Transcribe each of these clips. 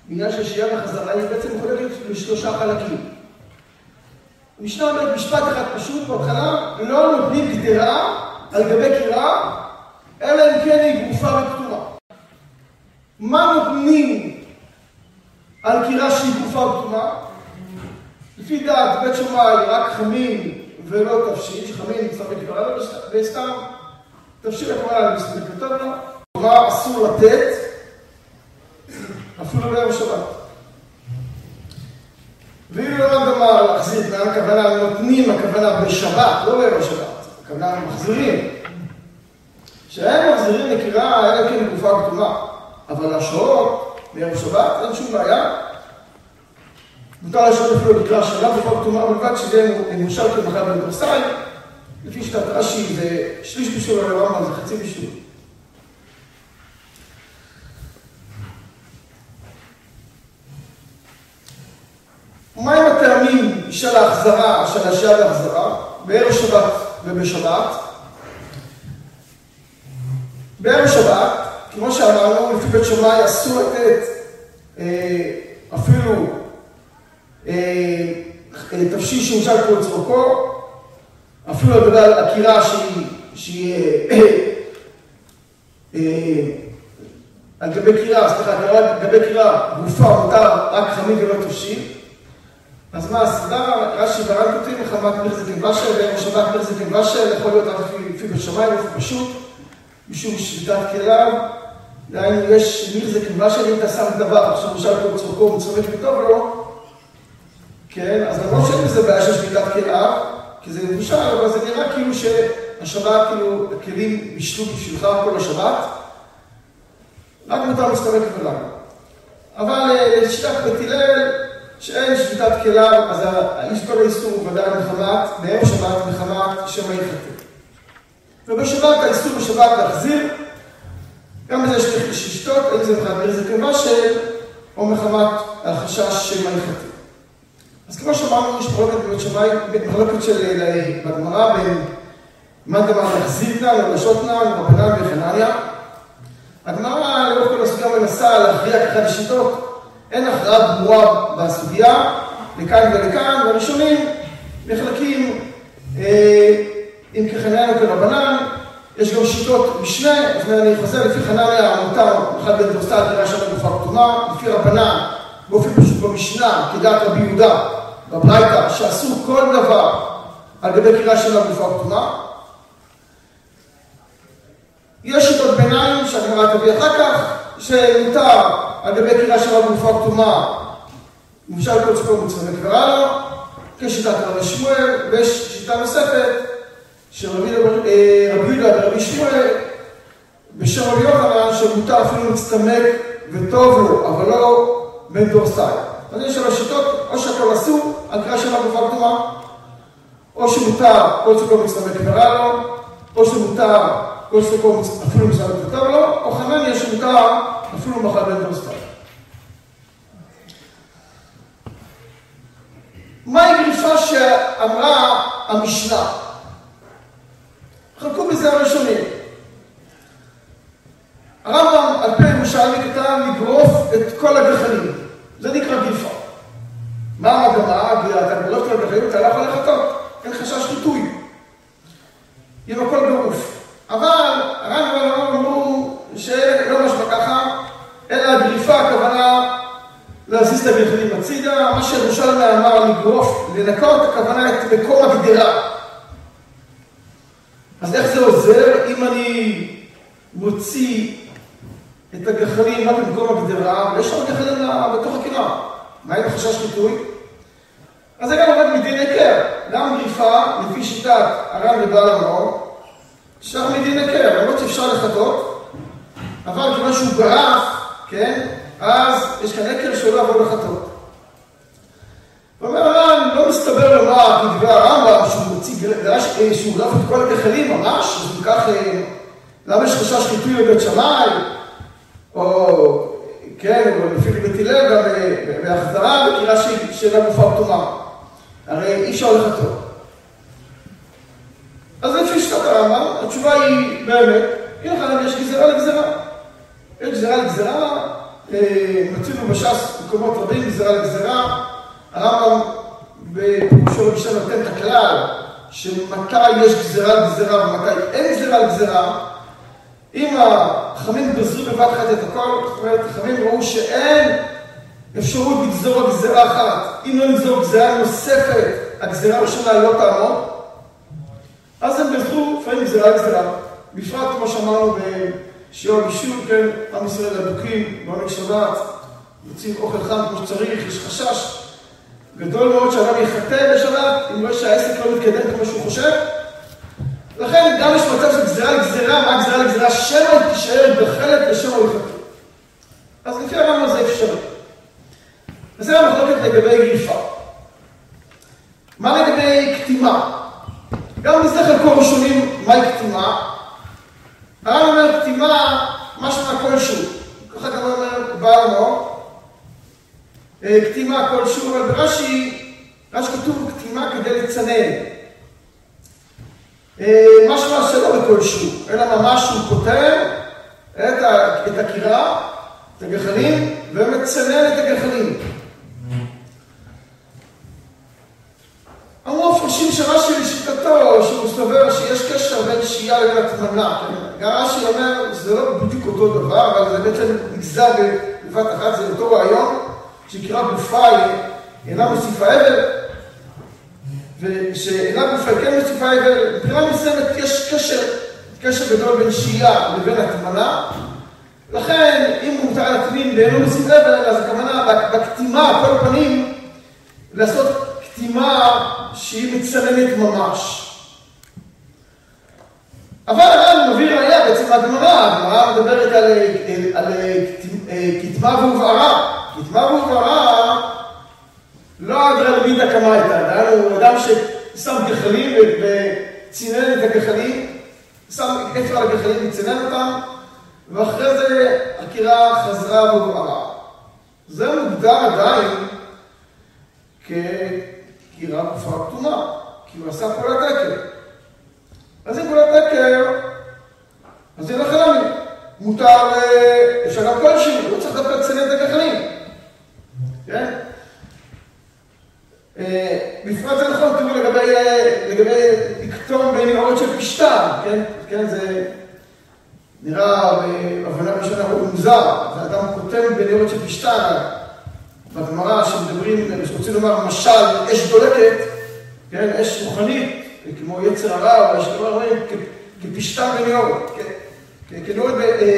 בעניין של שהייה וחזרה, היא בעצם מחולקת לשלושה חלקים. המשנה אומרת משפט אחד פשוט בהתחלה, לא נותנים גדרה על גבי קירה, אלא אם כן היא גרופה וכתומה. מה נותנים על קירה שהיא גרופה וכתומה? לפי דעת בית שמאי רק חמין ולא תבשיל, שחמין נמצא בקברה לו וסתם, תבשיל הקברה לו מסתכל יותר לו, מה אסור לתת, אפילו ביום שבת. ואילו לא נדמה להחזיר תנאי, הכוונה נותנים, הכוונה בשבת, לא ביום שבת, הכוונה מחזירים. שהם מחזירים לקירה, אלא כן גרופה וכתומה. אבל השעות ביום שבת אין שום בעיה. מותר לשעות אפילו בקרה שלה גרופה וכתומה, בלבד שזה מנושל כמחל בנדורסאי, לפי שיטת רש"י זה שליש בישול על הרמב"ם, זה חצי בישול. מהם הטעמים של ההחזרה, של השעה להחזרה, בערב שבת ובשבת? בערב שבת, כמו שאמרנו, לפי בית שמאי אסור לתת אפילו תבשיל שנשאר כל צורכו, אפילו לדבר על הקירה שהיא על גבי קירה, סליחה, על גבי קירה גופה מותר רק חמין ולא תבשיל. אז מה הסיבה? רש"י בר"ן כותבים מחמת מחזיק עם בשל, בערב שבת מחזיק עם בשל, יכול להיות רק לפי בית שמאי, באופן פשוט, משום שביתת כליו, דהיינו יש מחזיק עם בשל, אם אתה שם דבר, עכשיו משל כל צורכו ומצומק וטוב לו, כן, אז למרות שאין בזה בעיה של שביתת כליו, כי זה מבושל, אבל זה נראה כאילו שהשבת, כאילו, הכלים בישלו בשבילך כל השבת, רק מותר מסתמק ולמה. אבל לשיטת בית הלל, שאין שביתת כליו, אז יש כל האיסור ודאי מחמת, בערב שבת מחמת שמא יחטא. ובשבת, האיסור בשבת להחזיר, גם בזה יש לשתות, האם זה מחמת מחזיק עם בשל, או מחמת החשש שמא יחטא. אז כמו שאמרנו, יש מחלוקת בבית שמאי, מחלוקת של בגמרא בין מה דבר להחזירנה, ללשותנה, לרבנן וחנניה. הגמרא, לאורך כל הסוגיה מנסה להכריע כחד השיטות, אין הכרעה ברורה בסוגיה, לכאן ולכאן, והראשונים נחלקים אם כחנניה או כרבנן. יש גם שיטות משנה, אז אני חוזר, לפי חנניה מותר אחד בנדורסאי קירה שלה גופה כתומה, לפי רבנן, באופן פשוט במשנה, כדעת רבי יהודה, בברייתא, שעשו כל דבר על גבי קירה שלה גופה כתומה. יש שיטות ביניים שהגמרא תביא אחר כך, שמותר על גבי קירה שלה גופה כתומה, למשל כל צפור מצווה וקרא לו, כשיטת רבי שמואל, ויש שיטה נוספת, שרבי יהודה ורבי שמואל, בשם רבי יוחנן, שמותר אפילו מצטמק וטוב לו, אבל לא בנדורסאי. אז יש שלוש שיטות, או שהכל אסור, על קירה שלה גופה כתומה, או שמותר כל צפור מצווה וקרא לו, או שמותר כל צפור אפילו מצווה וטוב לו, או חנניה שמותר אפילו מחל בנדורסאי. מהי גריפה שאמרה המשנה? חלקו בזה הראשונים. הרמב"ם על פי ירושלמי כתב לגרוף את כל הגחלים. זה נקרא גריפה. מה המגמה? אתה גורף את הגחלים, אתה לא יכול לחטות. אין חשש חיטוי. עם הכל גרוף. אבל הרמב"ם אמרו שלא משמע ככה, אלא הגריפה הכוונה להזיז את הגחלים הצידה. מה שירושלמי אמר לגרוף, לנקות, הכוונה את מקום הגדרה. אז איך זה עוזר אם אני מוציא את הגחלים רק במקום הגדרה, ויש עוד גחלים בתוך הקירה? מה עם חשש חיטוי? אז זה גם עובד מדין היכר. גם גריפה, לפי שיטת הר"ן ובעל המאור, שייך מדין היכר, למרות שאפשר לחטות, אבל כיוון שהוא גרף, כן, אז יש כאן היכר שלא יבוא לחטות. ואומר הר"ן, לא מסתבר לומר, כדברי הרמב"ם, שהוא גרף את כל הגחלים ממש, אז כך, למה יש חשש חיטוי לבית שמאי, או, כן, או לפי בית הלל, גם בהחזרה בקירה שאינה גופה כתומה. הרי אי אפשר לחטות. אז לפי שיטת הרמב"ם, התשובה היא באמת, אם לך יש גזירה לגזירה. יש גזירה לגזירה, מצאנו בש"ס מקומות רבים, גזרה לגזרה. הרמב"ם בפירושו ראשון נותן את הכלל שמתי יש גזרה לגזרה ומתי אין גזרה לגזרה. אם החכמים גזרו בבת אחת את הכל, זאת אומרת, החכמים ראו שאין אפשרות לגזור גזרה אחת. אם לא נגזור גזרה נוספת, הגזרה הראשונה לא תעמוד, אז הם גזרו לפעמים גזרה לגזרה. בפרט כמו שאמרנו בשיעור הבישול, כן, עם ישראל אדוקים, בעונג שבת, יוצאים אוכל חם כמו שצריך, יש חשש גדול מאוד שאדם יחטא בשבת, אם לא שהעסק לא מתקדם כמו שהוא חושב. לכן גם יש מצב של גזרה לגזרה, מה גזרה לגזרה? שמא היא תישאר בחלק ושמא הוא יחטא. אז לפי הרמב"ם זה אפשרי. וזה המחלוקת לגבי גליפה. מה לגבי קטימה? גם נצטרך על כל ראשונים מהי קטימה. הרמב"ם אומר קטימה, משמע כלשהו. ככה גם אומר בעל מור. קטימה כלשהו, אבל ברש"י כתוב קטימה כדי לצנן. משמע שלא בכלשהו, אלא ממש הוא פותר את הקירה, את הגחלים, ומצנן את הגחלים. אמרו הפרשים שרש"י לשיטתו, שהוא סובר שיש קשר בין שהייה לבין הטמנה. גם רש"י אומר, זה לא בדיוק אותו דבר, אבל זה בעצם נגזר בבת אחת, זה אותו רעיון, שקירה גופה אינה מוסיפה אבל, ושאינה גופה כן מוסיפה אבל, מבחינה מסוימת יש קשר גדול בין שהייה לבין הטמנה. לכן, אם הוא מותר להטמין ואינו מוסיף אבל, אז הכוונה בקטימה, כל פנים, לעשות קטימה שהיא מצננת ממש. אבל הרמב"ם מביא ראיה בעצם הגמרא מדברת על קטמה והובערה. קטמה והובערה לא אדרא למידא קמייתא, דהיינו אדם ששם גחלים וצינן את הגחלים, שם אפר על הגחלים וצינן אותם, ואחרי זה הקירה חזרה והובערה. זה מוגדר עדיין כקירה גופה כתומה, כי הוא עשה פעולת עקר. אז אם פעולת עקר, אז זה לכם מותר, אפשר גם כלשהו, לא צריך דווקא לצנן את הגחלים. כן? בפרט זה נכון, תראו לגבי לקטום בנראות של פשטן, כן? זה נראה בהבנה ראשונה הוא מוזר, ואדם קוטם בנראות של פשטן, בגמרא שמדברים, שרוצים לומר משל אש דולקת, כן? אש רוחנית, כמו יצר הרע, או אש דבר רואים, כפשטן בנראות, כנראות,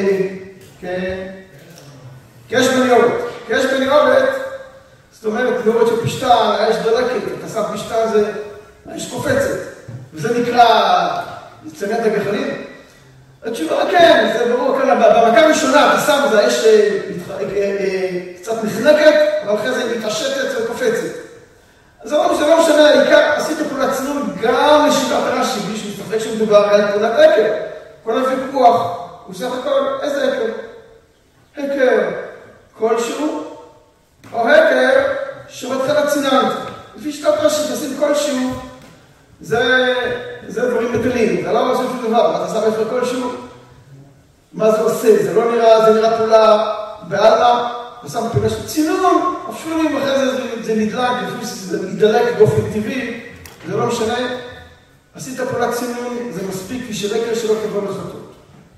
כאש בנראות. כאש בנראות, זאת אומרת, נראות של פשטן, האש דולקת, אתה שם פשטן, זה האש קופצת. וזה נקרא לצנן את הגחלים. התשובה, כן, זה ברור, כאן, במכה הראשונה, אתה שם, זה האש קצת נחנקת, אבל אחרי זה היא מתעשתת וקופצת. אז זה לא משנה, העיקר, עשית פעולת צינון גם לשיטת רש"י, בלי שמסתפק שמדובר על פעולת עקר. כל הוויכוח, הוא סך הכל, איזה עקר? עקר כלשהו, או עקר שבהתחלה ציננת. לפי שיטת רש"י, תשים כלשהו, זה דברים בטלים, אתה לא עושה שום דבר, אתה שם עקר כלשהו, מה זה עושה? זה לא נראה, זה נראה פעולה בעלמא, אתה שם פעולה של צינון, אפילו אם אחרי זה נדלק, לפי שזה ידלק באופן טבעי, זה לא משנה, עשית פעולת צינון, זה מספיק בשביל עקר שלא תבוא לחטות.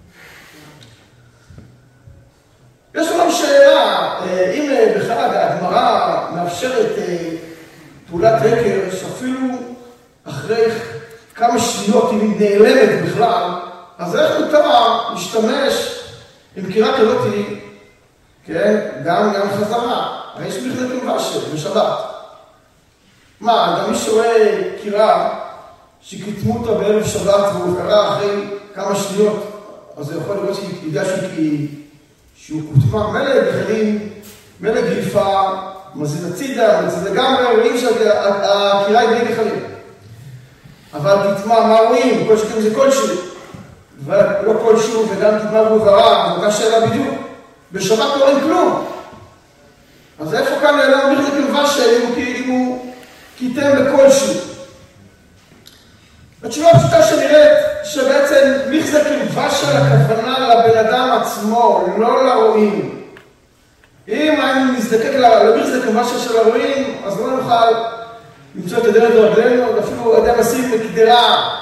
יש לנו שאלה, אם בכלל הגמרא מאפשרת פעולת עקר, שאפילו אחרי כמה שניות היא נעלמת בכלל, אז איך מותר להשתמש עם קירה כזאת, כן, גם חזרה, הרי יש בכלל כמבשל בשבת. מה, גם מי שרואה קירה שקיטמו אותה בערב שבת והוא קרה אחרי כמה שניות, אז הוא יכול לראות שידע שהוא כותמה מלא גחלים, מלא גליפה, מזיז הצידה, זה גם רואים שהקירה היא בלי גחלים. אבל קטמה, מה רואים? כל שכם זה כלשהו. ולא כלשהו, וגם קטמה והובערה, זו אותה שאלה בדיוק. בשבת לא רואים כלום. אז איפה כאן נעלם בכלל כמבשל אם הוא קיטם בכלשהו? התשובה הפשוטה שנראית שבעצם מחזק כמבשל הכוונה לבן אדם עצמו, לא לרואים. אם אני נזדקק למירזק כמשהו של הרואים, אז לא נוכל למצוא את הדלת ברגלינו, אפילו אדם משים מקדרה,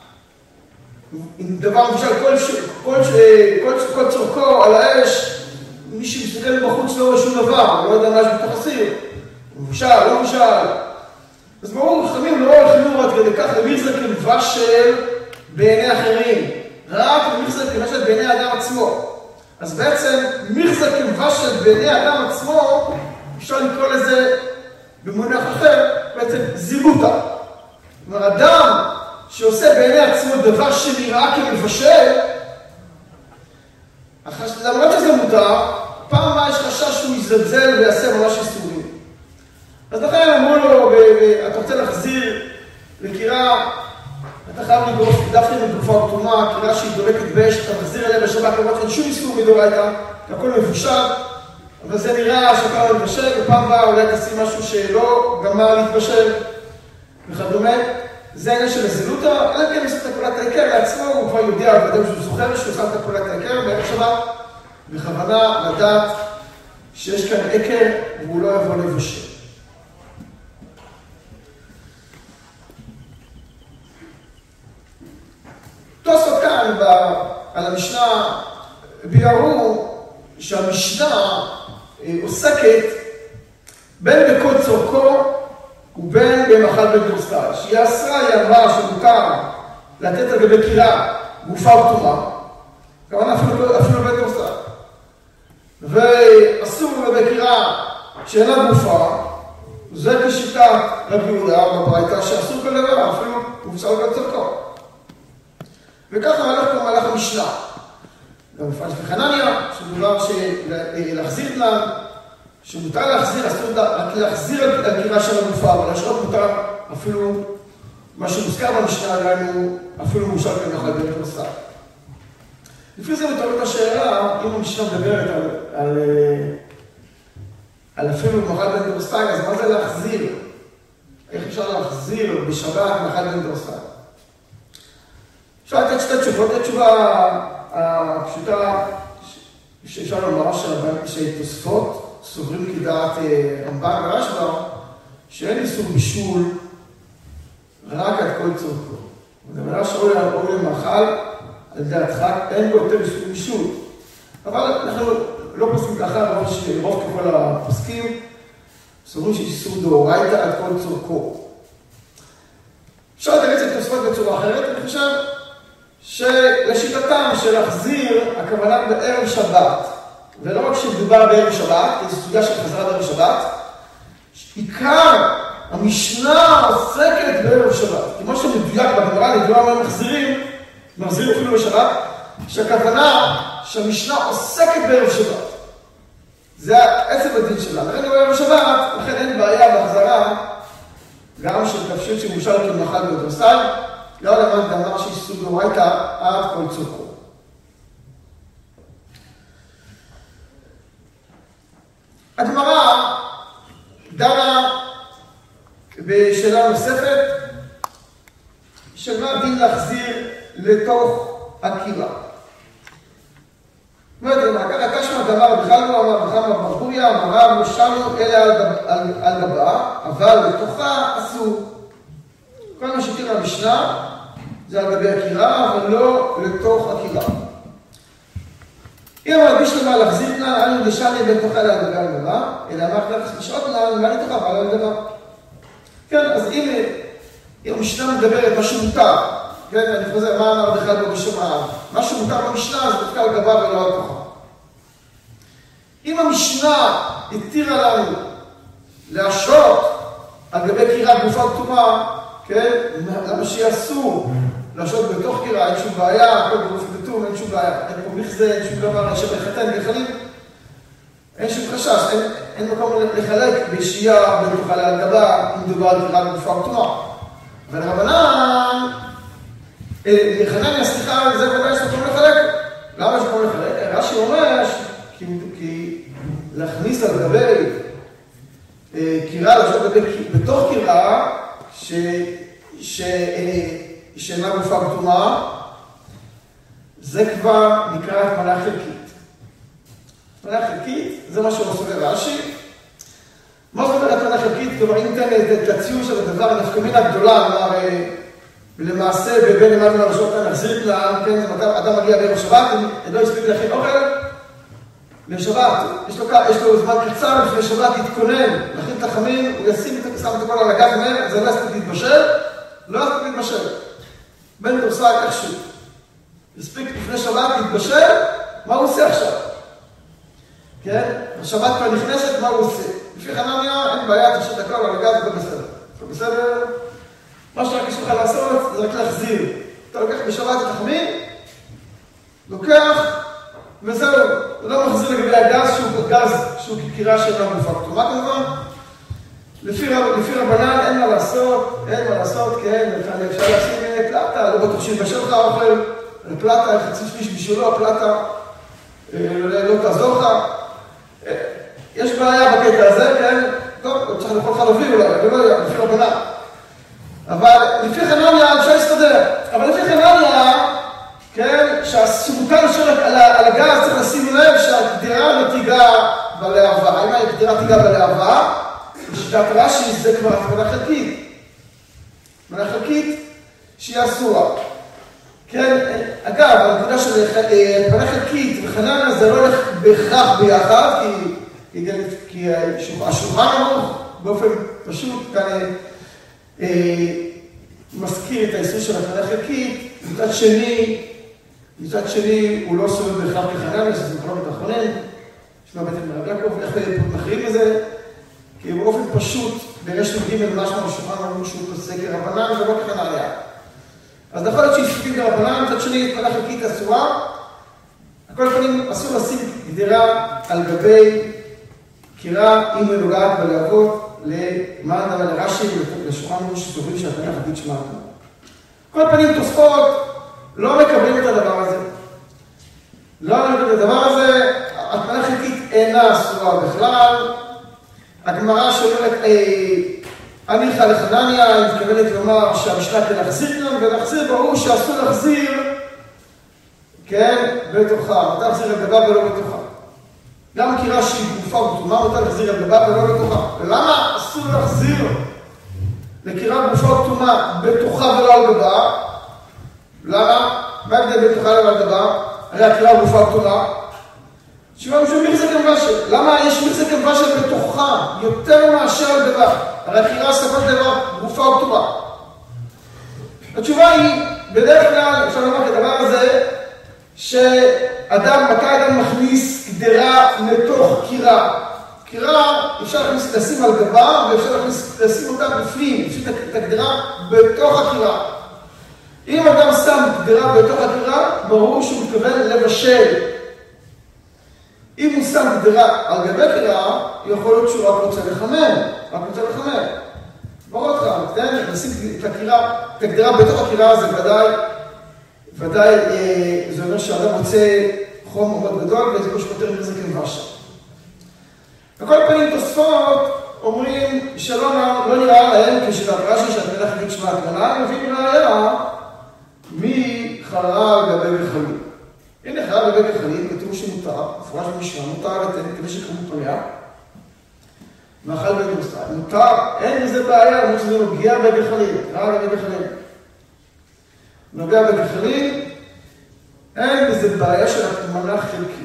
עם דבר מבושל כל צורכו על האש, מי שמסתכל בחוץ לא רואה שום דבר, לא יודע מה יש בתוך הסיר, מבושל, לא מבושל. אז ברור, חכמים לא הולכים עד כדי כך למירזק כמבשל בעיני אחרים, רק למירזק כמבשל בעיני האדם עצמו. אז בעצם מירזק כמבשל בעיני האדם עצמו, אפשר לקרוא לזה במונח אחר, בעצם זילותה. זאת אומרת, אדם שעושה בעיני עצמו דבר שנראה כמבשל, למרות שזה מותר, פעם מה יש חשש שהוא יזלזל ויעשה ממש איסורים. אז לכן אמרו לו, אתה רוצה להחזיר לקירה, אתה חייב לגרוף דווקא מגופה כתומה, קירה שהיא דולקת באש, אתה מחזיר אליה בשבת, למרות שאין שום איסור מדאורייתא, כי הכל מבושל, אבל זה נראה שאתה לא מתבשל, ופעם באה אולי תשים משהו שלא גמר להתבשל וכדומה. זה העניין של הזילותא, אלא כן עושה את הפעולת העיקר לעצמו, הוא כבר יודע, הוא שהוא זוכר שהוא עושה את הפעולת העיקר, בערב שבת, בכוונה לדעת שיש כאן עקר והוא לא יבוא לבשל. תוספות כאן על המשנה ביארו שהמשנה עוסקת בין בכל צורכו ובין במאכל בית דורסאי. שהיא אסרה, היא אמרה שמותר לתת על גבי קירה גופה כתומה, כמובן אפילו בית דורסאי. ואסור לגבי קירה שאינה גופה, זה כשיטת רבי יהודה בברייתא שאסור כל דבר, אפילו גופסה בית צורכו. וככה הלך פה מהלך המשנה. גם מפרש בחנניה, שדובר להחזיר תנן, שמותר להחזיר, אסור רק להחזיר על קירה של הגופה, אבל השעות מותר אפילו מה שמוזכר במשנה, ראינו אפילו מאושר כמאכל בית דורסאי. לפי זה מתעוררת השאלה, אם המשנה מדברת על אפילו מאכל בית דורסאי, אז מה זה להחזיר? איך אפשר להחזיר בשבת מאכל בית דורסאי? אפשר לתת שתי תשובות, התשובה הפשוטה שאפשר לומר שתוספות סוברים כדעת רמב"ן ורשב"א שאין איסור בישול רק עד כל צורכו. זאת אומרת שאוי למאכל על דעתך אין בו יותר איסור בישול. אבל אנחנו לא פוסקים ככה, רוב ככל הפוסקים סוברים שיש איסור דאורייתא עד כל צורכו. אפשר לתת את תוספות בצורה אחרת, אני חושב שלשיטתם של להחזיר הכוונה בערב שבת, ולא רק שמדובר בערב שבת, כי זו סוגיה של חזרה בערב שבת, עיקר המשנה עוסקת בערב שבת. כמו שמדויק בגמרא, נדמה מה מחזירים אפילו בשבת, שהכוונה שהמשנה עוסקת בערב שבת. זה עצם הדין שלה. לכן בערב שבת, לכן אין בעיה בהחזרה, גם של תפשיט שמאושר כמאכל בית דורסאי, לא למען דבר שאיסור דאורייתא עד כל צורכו. הגמרא דנה בשאלה נוספת, של מה דין להחזיר לתוך הקירה. לא יודע מה, ככה קשמא דבר בכלל לא אמר בחמא בר גוריא, אמרה לא שמו אלא על גבה, אבל לתוכה אסור. כל מה שתראה המשנה זה על גבי הקירה, אבל לא לתוך הקירה. אם מרגיש למה להחזיר תנן, אנו דשני בין תוכה על גבי הגבה, אלא אמרת לך לשעות תנן, מה לתוכה ועל הגבה. כן, אז אם המשנה מדברת מה שמותר, כן, אני חוזר, מה אמר בכלל לא בשומעה? מה שמותר במשנה זה דווקא על גבה ולא על תוכה. אם המשנה התירה לנו להשעות על גבי קירה גופה כתומה, כן? למה שיעשו להשעות בתוך קירה, אין שום בעיה, הכל בגוף כתום, אין שום בעיה, אין פה מכזה, אין שום דבר, יש לחתן גחלים, אין שום חשש, אין מקום לחלק בשהייה בתוכה על גבה, אם מדובר על קירה גופה כתומה. אבל רבנן, לחנניה, סליחה, זה ודאי שאתה יכול לחלק. למה שאתה יכול לחלק? רש"י אומר כי להכניס על גבי קירה, להשעות בתוך קירה, שאינה גופה כתומה, זה כבר נקרא התמלה חלקית. התמנה חלקית, זה מה שהוא סובר רש"י. מה זאת אומרת התמנה חלקית? כלומר, אם ניתן את הציון של הדבר, הנפקא מינה הגדולה, כלומר, למעשה, בבין למעלה מהרשות נחזיר את לעם, כן, זה מתי אדם מגיע בערב שבת, לא הספיק להכין אוכל, לשבת, יש לו זמן קצר לפני שבת להתכונן, להכין את החמין, הוא ישים את הכל על הגז, זה לא הספיק להתבשל, לא הספיק להתבשל. בן תורסה איכשהו. הספיק לפני שבת להתבשל, מה הוא עושה עכשיו? כן? השבת כבר נכנסת, מה הוא עושה? לפי חנניה, אין בעיה, תשאיר את הכל על הגז, זה בסדר. זה בסדר? מה שרק יש לך לעשות, זה רק להחזיר. אתה לוקח בשבת את החמין, לוקח, וזהו, הוא לא מחזיר לגבי הגז שהוא קירה שאינה מופק כתומה כמובן. לפי רבנן אין מה לעשות, כן, אפשר להשים פלטה, לא בטוח שיבשל לך אוכל, פלטה, חצי שליש בשבילו, הפלטה לא תעזור לך. יש בעיה בקטע הזה, כן, טוב, צריך לאכול חלבי אולי, אני לא יודע, לפי רבנן. אבל לפי חנניה אפשר להסתדר, אבל לפי חנניה, כן, שהסמוטה נשארת על הגז, צריך לשים לב שהקדירה לא תיגע בלהבה. אם הקדירה תיגע בלהבה, בשיטת רש"י זה כבר התמנה חלקית. התמנה חלקית שהיא אסורה. כן, אגב, הנקודה של התמנה חלקית וחנניה זה לא הולך בהכרח ביחד, כי השולחן ערוך באופן פשוט כאן מזכיר את האיסור של התמנה חלקית. מצד שני, הוא לא סובל בהכרח כחנניה, שזה מחלוקת אחרונים, שמע בית רבי יעקב, איך מכריעים בזה? כי באופן פשוט, ברשת ג' משמע בשולחן אמרו שהוא פוסק כרבנן, זה לא כחנניה. אז יכול להיות שהספיקים כרבנן, מצד שני, התמנה חלקית אסורה. על כל פנים, אסור לשים גדירה על גבי קירה, אם מנוגעת בלהבות, למען אבל לרש"י ולשולחן אמרו שסוברים שהתמנה חלקית שמעת. כל פנים, תוספות לא מקבלים את הדבר הזה. התמנה חלקית אינה אסורה בכלל. הגמרא שאומרת, הניחא לחנניה, היא מתכוונת לומר שהמשנה כן להחזיר כאן, ולהחזיר ברור שאסור להחזיר, כן, בתוכה. מותר להחזיר על גבה ולא בתוכה. גם קירה שהיא גופה וכתומה, מותר להחזיר על גבה ולא בתוכה. ולמה אסור להחזיר לקירה גופה וכתומה בתוכה ולא על גבה? למה? מה ההבדל בתוכה ולא על גבה? הרי הקירה גופה וכתומה. תשובה משום מחזק המבשל. למה יש מחזק המבשל בתוכה יותר מאשר על דבר? הרי הקירה ספק דבר גופה וכתומה. התשובה היא, בדרך כלל, אפשר לומר את הדבר הזה, מתי אדם מכניס גדרה לתוך קירה. קירה אפשר לשים על גבה ואפשר לשים אותה בפנים, אפשר את הגדרה בתוך הקירה. אם אדם שם גדרה בתוך הקירה, ברור שהוא מתכוון לבשל. אם הוא שם גדרה על גבי קירה, יכול להיות שהוא רק רוצה לחמם. ברור אותך, לשים את הגדרה בתוך הקירה זה ודאי זה אומר שאדם רוצה חום מאוד גדול, וזה כמו שפותר מחזק המבשל. בכל פנים תוספות אומרים שלא נראה להם כשיטת רש"י שהתמנה חלקית שמעת מנה, הם מביאים ראיה מי חררה על גבי גחלים. הנה חררה על גבי גחלים, כתוב שמותר, מפורש במשנה, מותר לתת כדי שכמות עליה, מאכל בן מוסר. מותר, אין בזה בעיה, למרות שזה נוגע בגחלים, חררה על גבי גחלים. נוגע בגחלים, אין בזה בעיה של התמנה חלקית.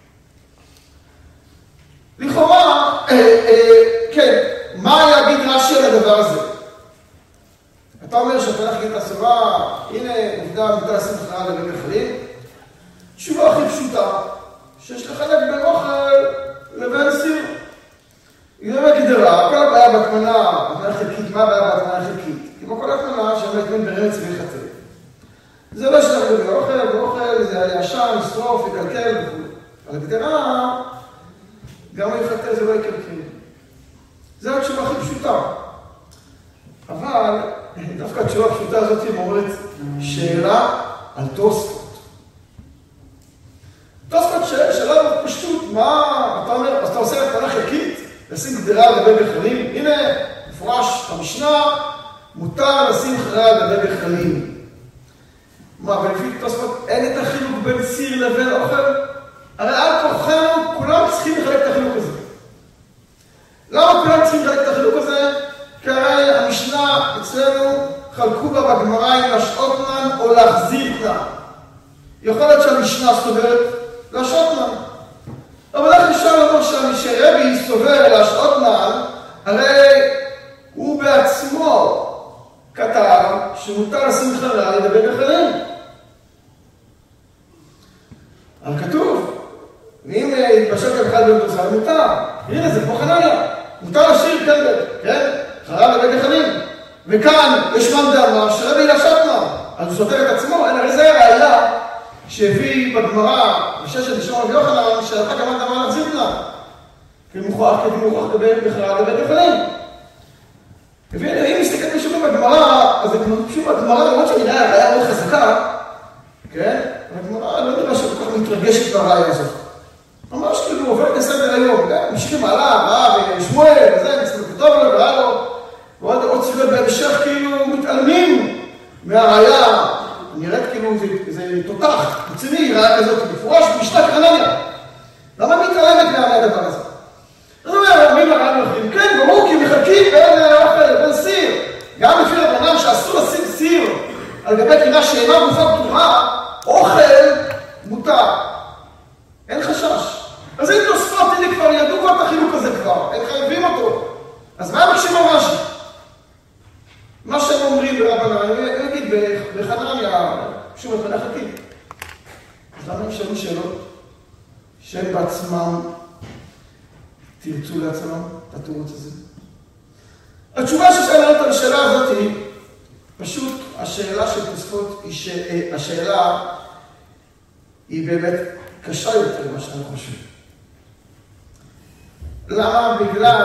לכאורה, כן, מה יגיד רש"י על הדבר הזה? אתה אומר שהתמנה חלקית אסורה, הנה עובדה מותר לשים חררה על גבי גחלים. תשובה הכי פשוטה, שיש לחלק בין אוכל לבין סיר. היא באמת גדרה, כל הבעיה בהתמנה חלקית, מה הבעיה בהתמנה חלקית? כמו כל התמנה שאומרת בין ברמץ ויחטא. זה לא שלח לגבי אוכל, זה היה ישן, ישרוף, יקלקל וכו'. על הגדרה, גם היחטא זה לא יקלקל. זו התשובה הכי פשוטה. אבל דווקא התשובה הפשוטה הזאת היא אומרת שאלה על תוספות. תוספות שאלה פשוט, מה אתה אומר? אז אתה עושה התמנה חלקית, לשים גדרה על גבי גחלים. הנה, מפורש במשנה, מותר לשים חררה על גבי גחלים. מה, ולפי תוספות אין את החילוק בין סיר לבין אוכל? הרי על כוחנו כולם צריכים לחלק את החילוק הזה? למה כולם צריכים לחלק את החילוק הזה? כי הרי המשנה אצלנו חלקו בה בגמרא אם להשעות תנן או להחזיר תנן. יכול להיות שהמשנה סוברת להשעות תנן. אבל איך אפשר לומר שרבי סובר להשעות תנן, הרי הוא בעצמו כתב שמותר לשים חלה לדבר בחלים. אבל כתוב, ואם התפשט לבחד במתוסל, מותר. הנה, זה כמו חנניה. מותר לשיר כאן, כן? חלה לדבר בחלים. וכאן יש מן דאמר שרבי להשעות תנן. אז הוא סותר את עצמו, הרי זה הראיה שהביא בגמרא, בששת לשמור רבי יוחנן, שהלכה גם דאמר להחזיר תנן. כמוכרח לדבר בחלה לדבר בחלים. אם מסתכל משהו בגמרא, אז זה פשוט בגמרא, למרות שנראה הראיה מאוד חזקה, כן? הגמרא לא נראה שכל כך מתרגשת בראיה הזאת. ממש כאילו עוברת לסדר היום, משכים עליו, רב, שמואל, וזה, מסתכל טוב לו, וראה לו, ועוד צילות בהמשך כאילו מתעלמים מהראיה, נראית כאילו זה תותח, רציני, ראיה כזאת, מפורש, משנה חנניה. למה מתעלמת מהדבר הזה? אז הוא אומר, מי מראה מלכים? כן, ברור, כי מחלקים בין אוכל לבין סיר. גם לפי רבנן שאסור לשים סיר על גבי קינה שאינה גופה פתוחה, אוכל מותר. אין חשש. אז אם תוספות, הנה כבר ידעו כבר את החילוק הזה כבר, הם חייבים אותו. אז מה מבקשים על רש"י? מה שהם אומרים ברבנן, אני אגיד בחנניה, שום את פני חכים. אז למה הם שאלו שאלות שהם בעצמם תרצו לעצמם את התירוץ הזה? התשובה ששאלה אותה לשאלה הזאת היא, פשוט השאלה של תוספות, השאלה היא באמת קשה יותר ממה שאני חושב. למה?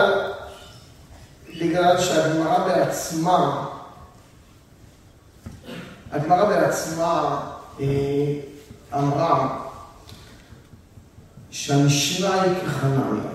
בגלל שהגמרא בעצמה אמרה שהמשנה היא כחנניה.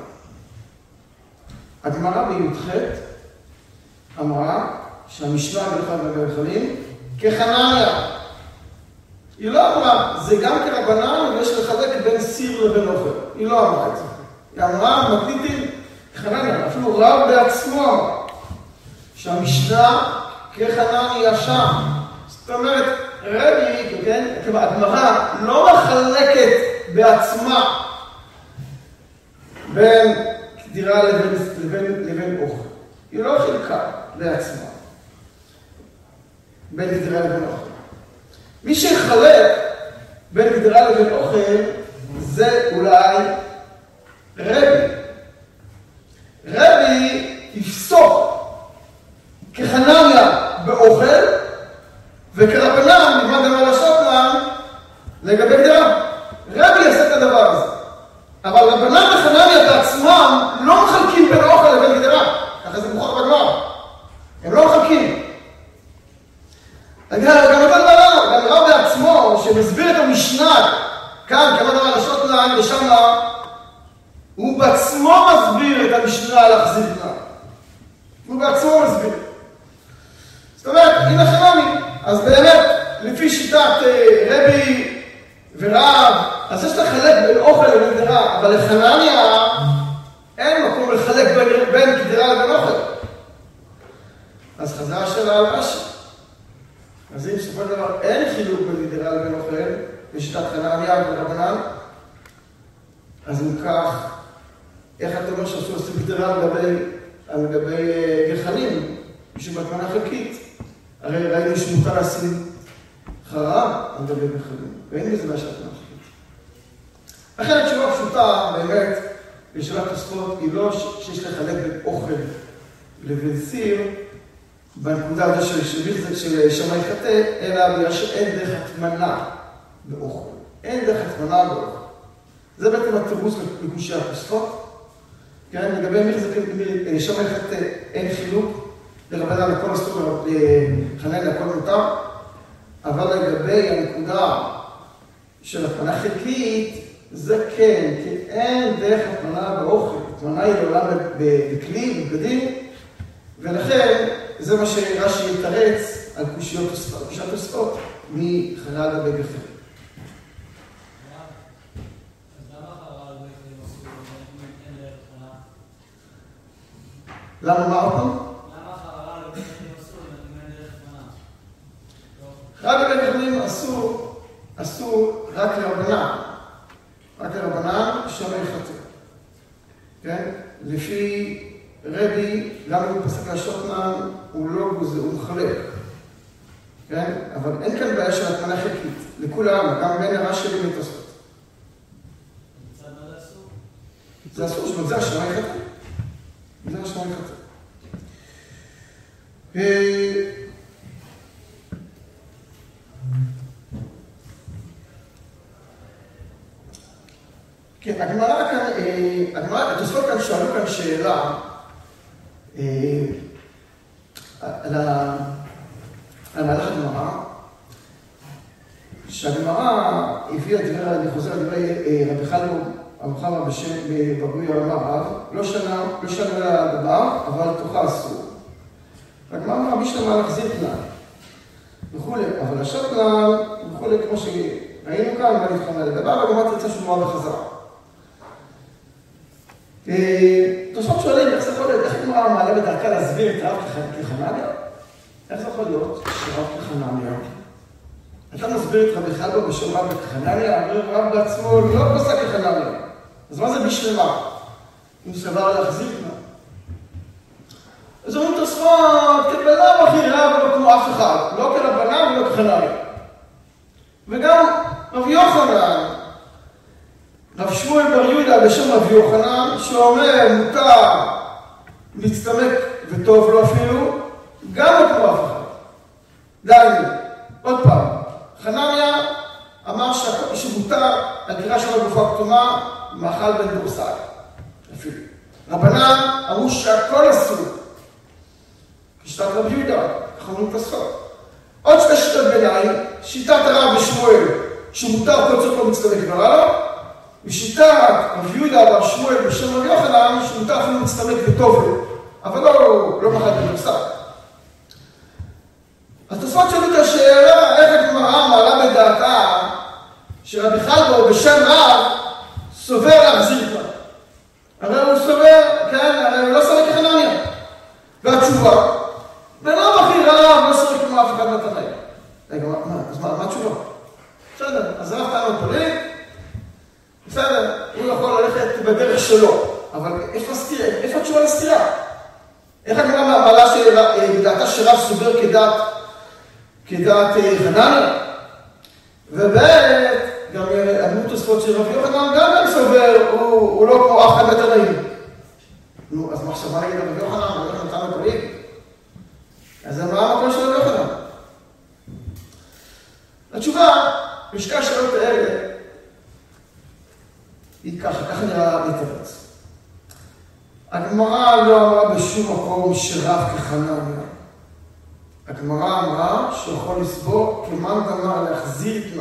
הגמרא בי"ח אמרה שהמשנה בחלים כחנניה. היא לא אמרה, זה גם כרבנן ויש לחלק בין סיר לבין אוכל. היא לא אמרה את זה. היא אמרה, מקליטים כחנניה. אפילו רב בעצמו אמר שהמשנה כחנניה שם. זאת אומרת, רבי, כן, הגמרא לא מחלקת בעצמה בין דירה לבין אוכל. היא לא חילקה לעצמה בין דירה לבין אוכל. מי שיחלק בין דירה לבין אוכל זה אולי רבי. רבי יפסוק כחנניה באוכל וכרבנן נגמר דבר לעשות להם לגבי דירה. רבי יעשה את הדבר הזה. אבל רבנן וחנניה בעצמם לא מחלקים בין אוכל לבין גדרה. ככה זה מוכח בגמרא. הם לא מחלקים. גם אתה דבר, גם רב בעצמו שמסביר את המשנה כאן, כמה דבר לשעות להם ושם הוא בעצמו מסביר את המשנה על החזיר להם. הוא בעצמו מסביר. זאת אומרת, הנה חנני. אז באמת, לפי שיטת רבי ורב, אז יש לחלק בין אוכל לבין גדרה, אבל לחנניה אין מקום לחלק בין גדרה לבין אוכל. אז חזרה השאלה על רש"י. אז אם בסופו של דבר אין חילוק בין גדרה לבין אוכל, בשיטת חנניה ורבנן, אז אם כך, איך אתה אומר שאסור לשים גדרה על גבי גחלים, בשביל מטמנה חלקית? הרי ראינו שמותר לשים חרם על גבי גחלים, ואין בזה מהשעת חלקית. לכן התשובה פשוטה, באמת, בשאלת תוספות, היא לא שיש לחלק בין אוכל לבין סיר, בנקודה הזו של שמאי חטא, אלא בגלל שאין דרך הטמנה באוכל. אין דרך הטמנה באוכל. זה בעצם התירוץ לקושי התוספות. כן, לגבי שמאי חטא אין חילוק, לרבנן לכל אסור, לחנן לכל מותר, אבל לגבי הנקודה של הטמנה חלקית, זה כן, כי אין דרך הטמנה באוכל. הטמנה היא לעולם בכלי, בבגדים, ולכן זה מה שרש"י יתרץ על קושיות תוספות מחרג גבי גחלים. אז למה חרג גבי גחלים אסור? למה מה עוד פעם? למה חררה לבית חכמים אסור אם אני דרך מנה? רק לבית חכמים אסור רק לרבנן. רק לרבנן שלא יחטא. כן? לפי רבי, גם אם הוא פסק לשותנן, הוא לא גוזר, הוא מחלק. כן? אבל אין כאן בעיה של התמנה חלקית. לכולם, גם בין הרש"י לבין תוספות. מצד מה זה אסור? זה אסור, שבזה השנה יחטא. בזה השנה יחטא. כן, הגמרא כאן, התוספות כאן שאלו כאן שאלה על מהלך הגמרא, שהגמרא הביאה דברי, אני חוזר על דברי רבי חלום, המחבר בשם בבגוי הרמ"א רב, לא שנה דבר, אבל תוכה אסור. והגמרא אמרה, מי שלמה להחזיר תנן, וכולי, אבל השתנן, וכולי, כמו שראינו כאן, מה נתחמנה לגביו, והגמרא תרצה שמועה בחזרה. תוספות שואלים, איך זה יכול להיות, איך הגמרא מעלה בדרכה להסביר את רב כחנניה? איך זה יכול להיות שרב כחנניה? אתה מסביר את רבי חלבו בשם רב כחנניה, רב בעצמו לא פסק כחנניה. אז מה זה בשלמה? אם סבר להחזיר תנן. אז אומרים תוספות, כבנה בכירה ולא כמו אף אחד, לא כרבנה ולא כחנניה. וגם רבי יוחנן, רב שמואל בר יהודה בשם רבי יוחנן, שאומר מותר להצטמק וטוב לו אפילו, גם לא כמו אף אחד. דיינו, עוד פעם, חנניה אמר שמותר על קירה של הגופה כתומה, מאכל בן דורסל, אפילו. רבנן אמרו שהכל אסור, כשיטת רבי יהודה, ככה אומרים תוספות. עוד שתי שיטות ביניים, שיטת הרב ושמואל, שמותר כל צורך לא מצטמק ורע לו, ושיטת רבי יהודה והרב שמואל בשם רבי יוחנן, שמותר אפילו מצטמק וטוב לו, אבל לא מאכל בן דורסל. אז תוספות שאלו את השאלה, איך הגמרא מעלה בדעתה שרבי חלבו בשם רב סובר להחזיר כבר. הרי הוא סובר, כן, הרי הוא לא סובר כחנניה. והתשובה, בלא בכירה, לא סובר כמו אף אחד מהתנאים. רגע, אז מה התשובה? בסדר, אז רב טענו פוליט, בסדר, הוא יכול ללכת בדרך שלו, אבל איפה התשובה לסתירה? איך הגמרא מעלה בדעתה שרב סובר כדעת חנניה? ובעת, גם אמרו תוספות של רבי יוחנן, גם סובר, הוא לא כמו אף אחד מהתנאים. נו, אז מחשבה נגיד רבי יוחנן, רבי יוחנן נתן לפוליט? אז מה המקום של רבי יוחנן? התשובה, בשתי השאלות האלה, היא ככה נראה להתארץ. הגמרא לא אמרה בשום מקום שרב כחנניה. הגמרא אמרה שיכול לסבור כמאן דאמר להחזיר תנן.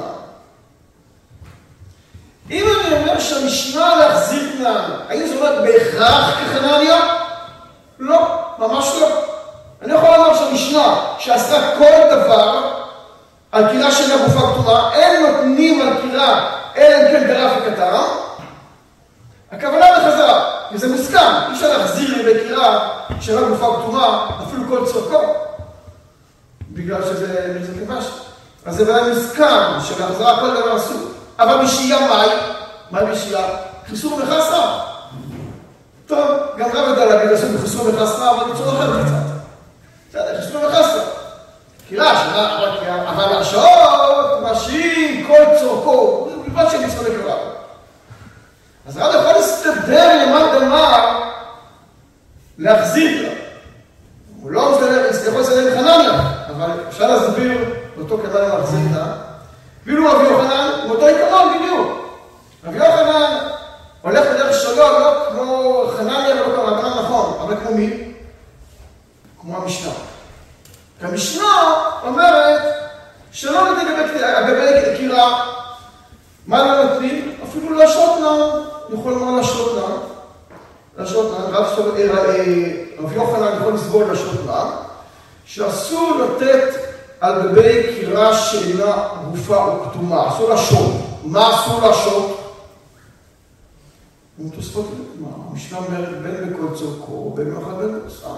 אם אני אומר שהמשנה להחזיר תנן, האם זה אומר בהכרח כחנניה? לא, ממש לא. אני יכול לומר שהמשנה שעשתה כל דבר על קירה שאינה גופה כתומה, אין נותנים על קירה אלא אם כן ברף וקטן. הכוונה בחזרה, וזה מוסכם, אי אפשר להחזיר בקירה שאינה גופה כתומה אפילו כל צורכו. בגלל שזה כבש. אז זה בעיה מוסכם שלהחזרה כל דבר אסור. אבל בשהייה מהי בשהייה? חיסור מחסרה. טוב, גם רב יודע להגיד לעשות בחיסור מחסרה, אבל בצורה אחרת קצת. בסדר, חיסור מחסרה. קירה, אבל הרשאות משאים כל צורכו, זה בלבד שהם מצטמק לרב. אז רב יכול להסתדר למאן דאמר להחזיר לה. הוא לא יכול להסתדר עם חנניה, אבל אפשר להסביר אותו כדאי להחזיר לה. ואילו רבי יוחנן הוא אותו עיקרון בדיוק. רבי יוחנן הולך בדרך שלו, לא כמו חנניה ולא כמו רבנן נכון, אבל כמו מי? כמו המשנה. המשנה אומרת שלא נותנים לגבי קירה, מה לא נותנים? אפילו להשעות לה, יכול לומר להשעות לה, רב יוחנן יכול לסבול להשעות לה, שאסור לתת על גבי קירה שאינה גופה או כתומה, אסור להשעות. מה אסור להשעות? תוספות מה? המשנה אומרת בין בכל צורכו, בין מאכל בין דורסאי.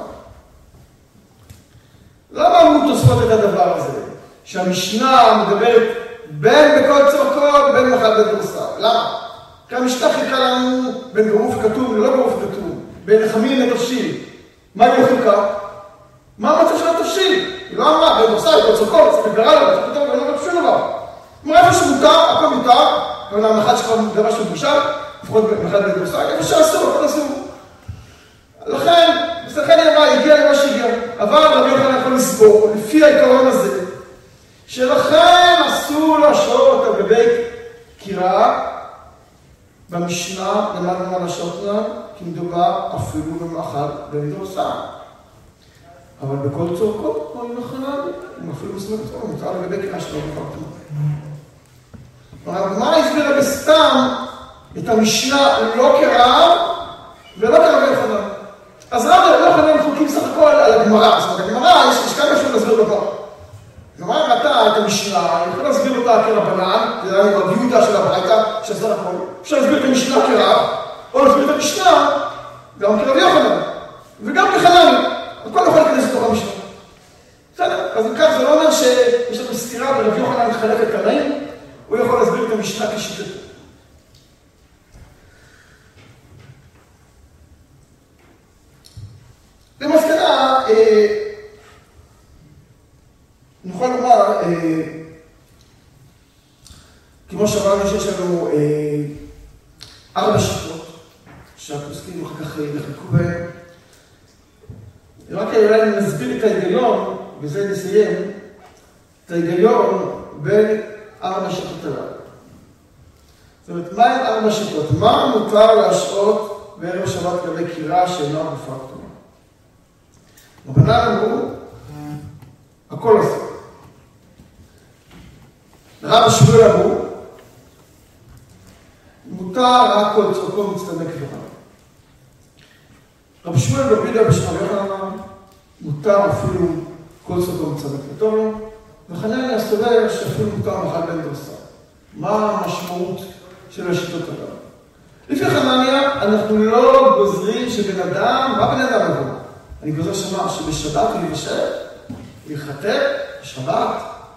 למה אמרו תוספות את הדבר הזה? שהמשנה מדברת בין בכל צורכו, בין מאכל בין דורסאי. למה? כי המשנה חילקה לנו בין גרוף כתוב ולא גרוף כתוב, בין חמין לתבשיל. מה היא לא חילקה? מה המצב של התבשיל? היא לא אמרה, בין דורסאי, בין צורכו, צריך לגרע לו, צריך כתוב, ולא כתוב שום דבר. כלומר, איפה שמותר, הכל מותר, אבל המחד שכבר דבר של בושה, לפחות במחד בין דורסאי, איפה שאסור, הכל אסור. לכן היא אמרה, הגיע למה שהגיע. אבל רבי יוחנן יכול לסבור, לפי העיקרון הזה, שלכן אסור להשעות על גבי קירה, במשנה למדנו מה להשעות לה, כי מדובר אפילו במאכל בין דורסאי. אבל בכל צורכו, כמו יוחנן, אם אפילו מסמך אותו, מותר לגבי קירה שלו בפרטו. הגמרא הסבירה בסתם את המשנה לא כרב ולא כרב יוחנן. אז רב יוחנן חולקים סך הכל על הגמרא. זאת אומרת, הגמרא, יש כמה אפשר להסביר בגמרא. הגמרא ראתה את המשנה, היא יכולה להסביר אותה כרבנן, זה היה רבי יהודה של הברייתא, שעזר הכל. אפשר להסביר את המשנה כרב, או להסביר את המשנה גם כרב יוחנן, וגם כחנני. הכל יכול להיכנס לתוך המשנה. בסדר, אז כך זה לא אומר שיש לנו סתירה ורב יוחנן מחלק את קנאים, הוא יכול להסביר את המשנה כשיטתו. למסקנה, נוכל לומר, כמו שאמרנו שיש לנו 4 שיטות, שהפוסקים אחר כך יחלקו בהן. רק אולי נסביר את ההיגיון, וזה נסיים, את ההיגיון בין 4 שיטות הללו. זאת אומרת, מה הן 4 שיטות? מה מותר להשעות בערב שבת לגבי קירה שאינה גופה כתומה? רבנן אמרו, הכל אסור. רב שמואל אמרו, מותר רק כל צורכו מצטמא כבריו. רב שמואל רבי יהודה בשמואל אמר, מותר אפילו כל צורכו מצטמא כבריו, וחנניה סובר שאפילו מותר מאכל בין דורסאי. מה המשמעות של השיטות הללו? לפי חנניה, אנחנו לא גוזרים שבן אדם, מה בן אדם יבוא? אני גוזר שמה שבשבת הוא יבשל, הוא יחתר, בשבת.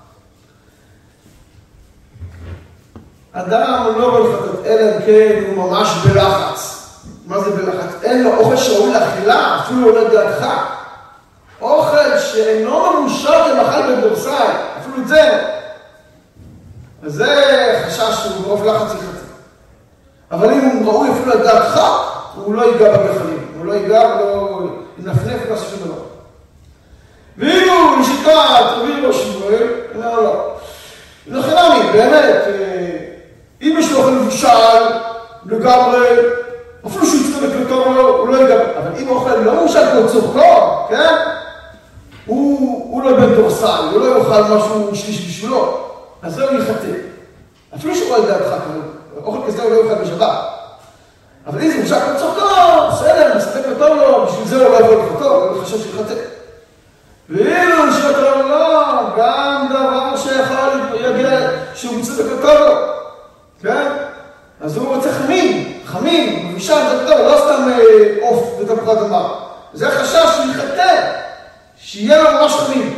אדם הוא לא בא לחתת, אלא אם כן הוא ממש בלחץ. מה זה בלחץ? אין לו אוכל שראוי לאכילה, אפילו עולה דעתך. אוכל שאינו ממושר למאכל בין דורסאי, אפילו את זה. אז זה חשש שהוא ברוב לחץ יחתר. אבל אם הוא ראוי אפילו על דעתך, הוא לא ייגע בגחלים. הוא לא ייגע ולא ינפנף את השום דבר. ואילו לשיטת רבי ראש שמואל, לא. לחנני, באמת, אם יש לו אוכל מבושל, לגמרי, אפילו שהוא יצטרף לטוב, הוא לא ייגע. אבל אם אוכל לא מבושל כמו צורכו, כן? הוא לא בן דורסאי, הוא לא יאכל משהו שליש בשבילו, אז זה הוא יחתר. אפילו שהוא על דעתך כמובן. אוכל כזה הוא לא יאכל בשבת. אבל אם זה מבושל כמו צורכו, בסדר, מסתפק לטוב לו, בשביל זה הוא לא יבוא לחתור, הוא חושב שיחתר. ואילו שאתה לא, גם דבר שיכול להגיע שהוא מצטפק לטוב לו. כן? אז הוא רוצה חמים, מבושל זה טוב, לא סתם עוף ותפוחי אדמה. זה חשש שהוא יחתר, שיהיה לו ממש חמים.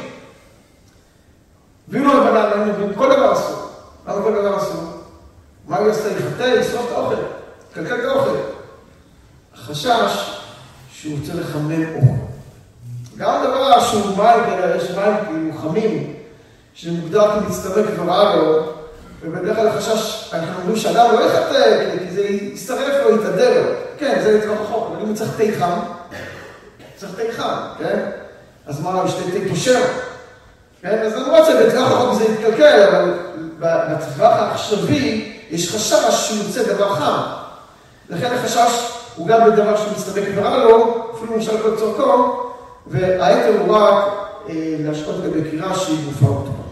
ואילו רבנן, כל דבר אסור. למה כל דבר אסור? מה הוא יעשה? יחתר, ישרוף את האוכל, יקלקל את האוכל. החשש שהוא רוצה לחמם אוכל. גם דבר שהוא מים, יש מים כאילו חמים, שמוגדר כמצטרף ורע לו, ובדרך כלל החשש, אנחנו אומרים שאדם לא יחתר, כי זה יצטרף לו, יתעדר לו. כן, זה לטווח החוק, אבל אם הוא צריך תה חם, צריך תה חם, כן? אז מה, יש תה פושר? כן? אז למרות שבטווח החוק זה יתקלקל, אבל בטווח העכשווי יש חשש שהוא יוצא דבר חם. לכן החשש הוא גם בדבר שמצטרף ורע לו, אפילו משל כל צורכו, והיתר הוא רק להשקות בקירה שהיא גופה אותו.